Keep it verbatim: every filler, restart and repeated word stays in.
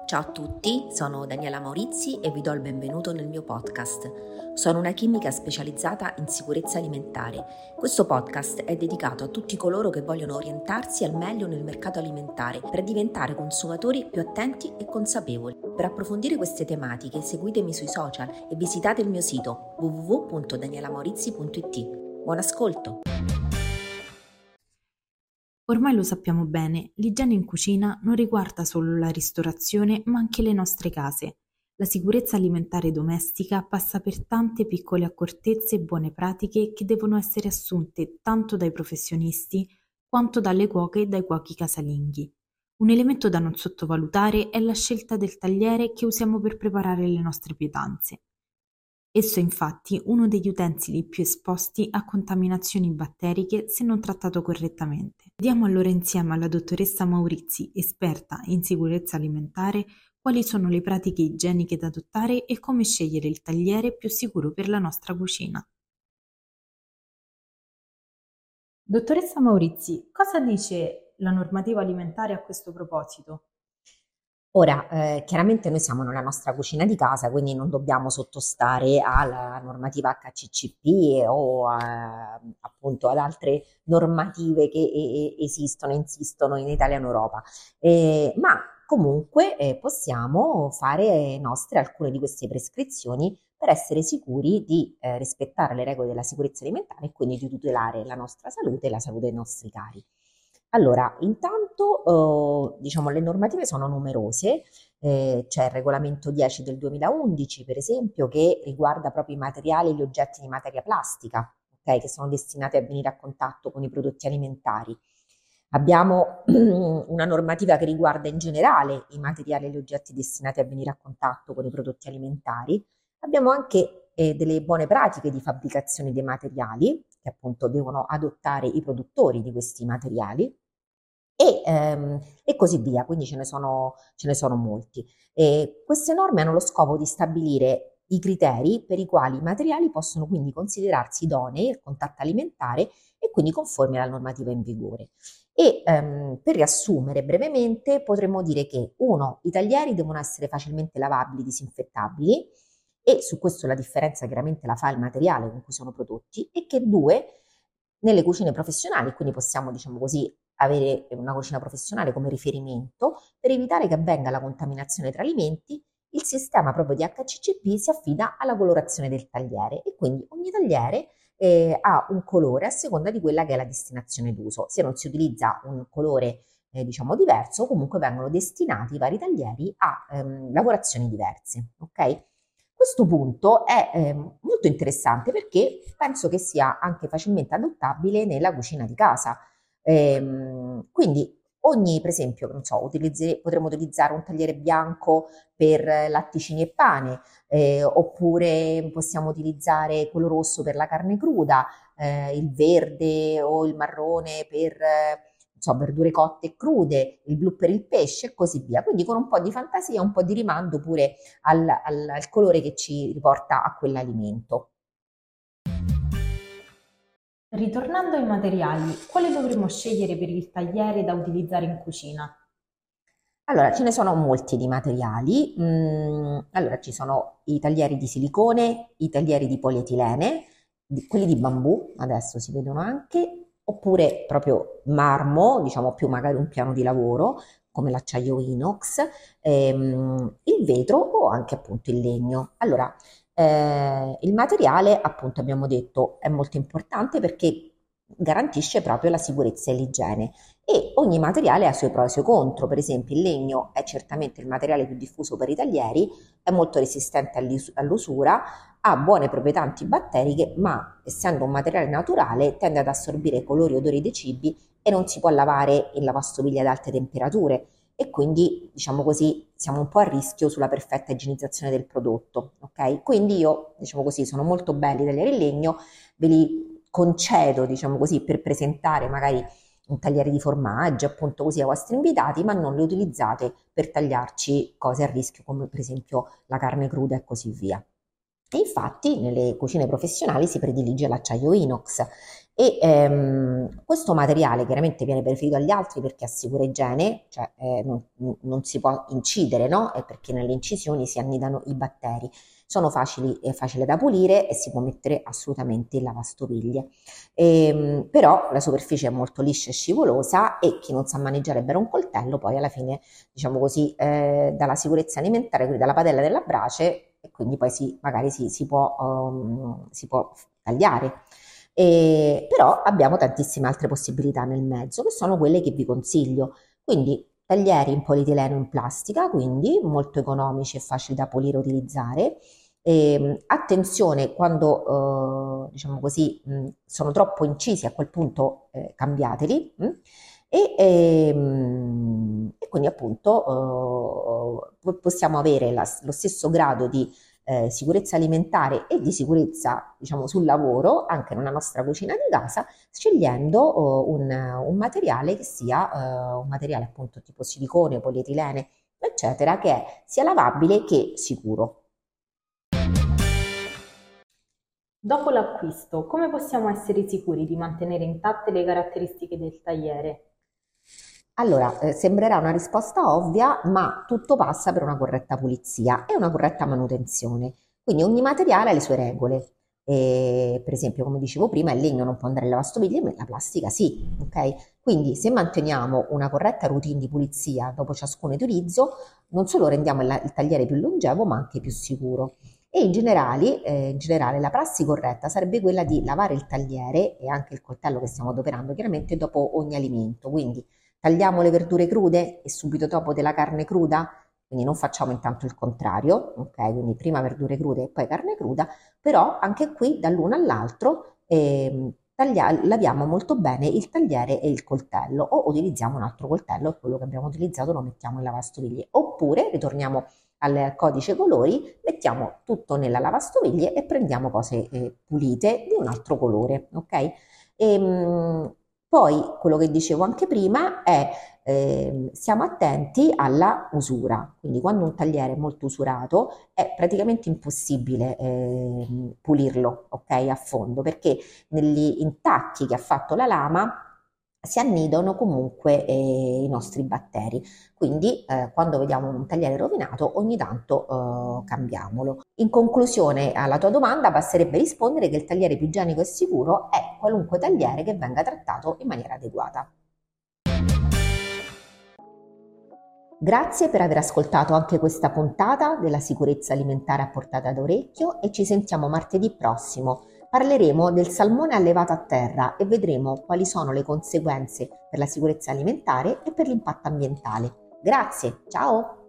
Ciao a tutti, sono Daniela Maurizi e vi do il benvenuto nel mio podcast. Sono una chimica specializzata in sicurezza alimentare. Questo podcast è dedicato a tutti coloro che vogliono orientarsi al meglio nel mercato alimentare per diventare consumatori più attenti e consapevoli. Per approfondire queste tematiche seguitemi sui social e visitate il mio sito w w w punto daniela maurizzi punto i t. Buon ascolto! Ormai lo sappiamo bene, l'igiene in cucina non riguarda solo la ristorazione, ma anche le nostre case. La sicurezza alimentare domestica passa per tante piccole accortezze e buone pratiche che devono essere assunte tanto dai professionisti quanto dalle cuoche e dai cuochi casalinghi. Un elemento da non sottovalutare è la scelta del tagliere che usiamo per preparare le nostre pietanze. Esso è infatti uno degli utensili più esposti a contaminazioni batteriche se non trattato correttamente. Vediamo allora insieme alla dottoressa Maurizi, esperta in sicurezza alimentare, quali sono le pratiche igieniche da adottare e come scegliere il tagliere più sicuro per la nostra cucina. Dottoressa Maurizi, cosa dice la normativa alimentare a questo proposito? Ora, eh, chiaramente noi siamo nella nostra cucina di casa, quindi non dobbiamo sottostare alla normativa H C C P o a, appunto ad altre normative che e, esistono e insistono in Italia e in Europa. Eh, ma comunque eh, possiamo fare nostre alcune di queste prescrizioni per essere sicuri di eh, rispettare le regole della sicurezza alimentare e quindi di tutelare la nostra salute e la salute dei nostri cari. Allora, intanto, eh, diciamo, le normative sono numerose, eh, c'è il regolamento dieci del duemilaundici, per esempio, che riguarda proprio i materiali e gli oggetti di materia plastica, okay, che sono destinati a venire a contatto con i prodotti alimentari. Abbiamo una normativa che riguarda in generale i materiali e gli oggetti destinati a venire a contatto con i prodotti alimentari. Abbiamo anche eh, delle buone pratiche di fabbricazione dei materiali, che appunto devono adottare i produttori di questi materiali. E, ehm, e così via, quindi ce ne sono, ce ne sono molti. E queste norme hanno lo scopo di stabilire i criteri per i quali i materiali possono quindi considerarsi idonei al contatto alimentare e quindi conformi alla normativa in vigore. E ehm, per riassumere brevemente potremmo dire che uno, i taglieri devono essere facilmente lavabili, disinfettabili, e su questo la differenza chiaramente la fa il materiale con cui sono prodotti, e che due, nelle cucine professionali, quindi possiamo, diciamo così, avere una cucina professionale come riferimento, per evitare che avvenga la contaminazione tra alimenti, il sistema proprio di H C C P si affida alla colorazione del tagliere e quindi ogni tagliere eh, ha un colore a seconda di quella che è la destinazione d'uso. Se non si utilizza un colore eh, diciamo diverso, comunque vengono destinati i vari taglieri a ehm, lavorazioni diverse, ok? Questo punto è eh, molto interessante perché penso che sia anche facilmente adottabile nella cucina di casa. Ehm, quindi ogni, per esempio, non so, utilizzi- potremmo utilizzare un tagliere bianco per latticini e pane, eh, oppure possiamo utilizzare quello rosso per la carne cruda, eh, il verde o il marrone per eh, non so, verdure cotte e crude, il blu per il pesce e così via. Quindi con un po' di fantasia, un po' di rimando pure al, al, al colore che ci riporta a quell'alimento. Ritornando ai materiali, quale dovremmo scegliere per il tagliere da utilizzare in cucina? Allora, ce ne sono molti di materiali. Mm, allora, ci sono i taglieri di silicone, i taglieri di polietilene, di- quelli di bambù, adesso si vedono anche, oppure proprio marmo, diciamo più magari un piano di lavoro, come l'acciaio inox, ehm, il vetro o anche appunto il legno. Allora, eh, il materiale, appunto, abbiamo detto, è molto importante perché garantisce proprio la sicurezza e l'igiene e ogni materiale ha i suoi pro e i suoi contro. Per esempio il legno è certamente il materiale più diffuso per i taglieri, è molto resistente all'usura, ha buone proprietà antibatteriche, ma essendo un materiale naturale tende ad assorbire colori e odori dei cibi e non si può lavare in lavastoviglie ad alte temperature e quindi, diciamo così, siamo un po' a rischio sulla perfetta igienizzazione del prodotto, ok? Quindi io, diciamo così, sono molto belli i taglieri in legno, ve li concedo, diciamo così, per presentare magari un tagliere di formaggi, appunto così ai vostri invitati, ma non le utilizzate per tagliarci cose a rischio come per esempio la carne cruda e così via. E infatti nelle cucine professionali si predilige l'acciaio inox e ehm, questo materiale chiaramente viene preferito agli altri perché assicura igiene, cioè eh, non, non si può incidere, no? E perché nelle incisioni si annidano i batteri. Sono facili, è facile da pulire e si può mettere assolutamente in lavastoviglie. Ehm, però la superficie è molto liscia e scivolosa e chi non sa maneggiare bene un coltello poi alla fine, diciamo così, eh, dalla sicurezza alimentare, quindi dalla padella della brace, e quindi poi si, magari si, si può, um, si può tagliare. E, però abbiamo tantissime altre possibilità nel mezzo, che sono quelle che vi consiglio. Quindi taglieri in polietileno in plastica, quindi molto economici e facili da pulire e utilizzare. E, attenzione quando, eh, diciamo così, mh, sono troppo incisi, a quel punto eh, cambiateli. Mh? E, ehm, e quindi appunto eh, possiamo avere la, lo stesso grado di eh, sicurezza alimentare e di sicurezza, diciamo, sul lavoro anche nella nostra cucina di casa, scegliendo oh, un, un materiale che sia eh, un materiale appunto tipo silicone, polietilene, eccetera, che è sia lavabile che sicuro. Dopo l'acquisto, come possiamo essere sicuri di mantenere intatte le caratteristiche del tagliere? Allora, eh, sembrerà una risposta ovvia, ma tutto passa per una corretta pulizia e una corretta manutenzione. Quindi ogni materiale ha le sue regole. E, per esempio, come dicevo prima, il legno non può andare in lavastoviglie, ma la plastica sì, ok? Quindi se manteniamo una corretta routine di pulizia dopo ciascun utilizzo, non solo rendiamo il, il tagliere più longevo, ma anche più sicuro. E in generale, eh, in generale la prassi corretta sarebbe quella di lavare il tagliere e anche il coltello che stiamo adoperando chiaramente dopo ogni alimento. Quindi tagliamo le verdure crude e subito dopo della carne cruda, quindi non facciamo intanto il contrario, ok? Quindi prima verdure crude e poi carne cruda, però anche qui dall'uno all'altro eh, taglia- laviamo molto bene il tagliere e il coltello o utilizziamo un altro coltello e quello che abbiamo utilizzato lo mettiamo in lavastoviglie, oppure ritorniamo al codice colori, mettiamo tutto nella lavastoviglie e prendiamo cose eh, pulite di un altro colore, ok? E, mh, poi quello che dicevo anche prima è eh, stiamo attenti alla usura, quindi quando un tagliere è molto usurato è praticamente impossibile eh, pulirlo, ok, a fondo, perché negli intacchi che ha fatto la lama si annidano comunque eh, i nostri batteri, quindi eh, quando vediamo un tagliere rovinato ogni tanto eh, cambiamolo. In conclusione alla tua domanda basterebbe rispondere che il tagliere più igienico e sicuro è qualunque tagliere che venga trattato in maniera adeguata. Grazie per aver ascoltato anche questa puntata della sicurezza alimentare a portata d'orecchio e ci sentiamo martedì prossimo. Parleremo del salmone allevato a terra e vedremo quali sono le conseguenze per la sicurezza alimentare e per l'impatto ambientale. Grazie, ciao!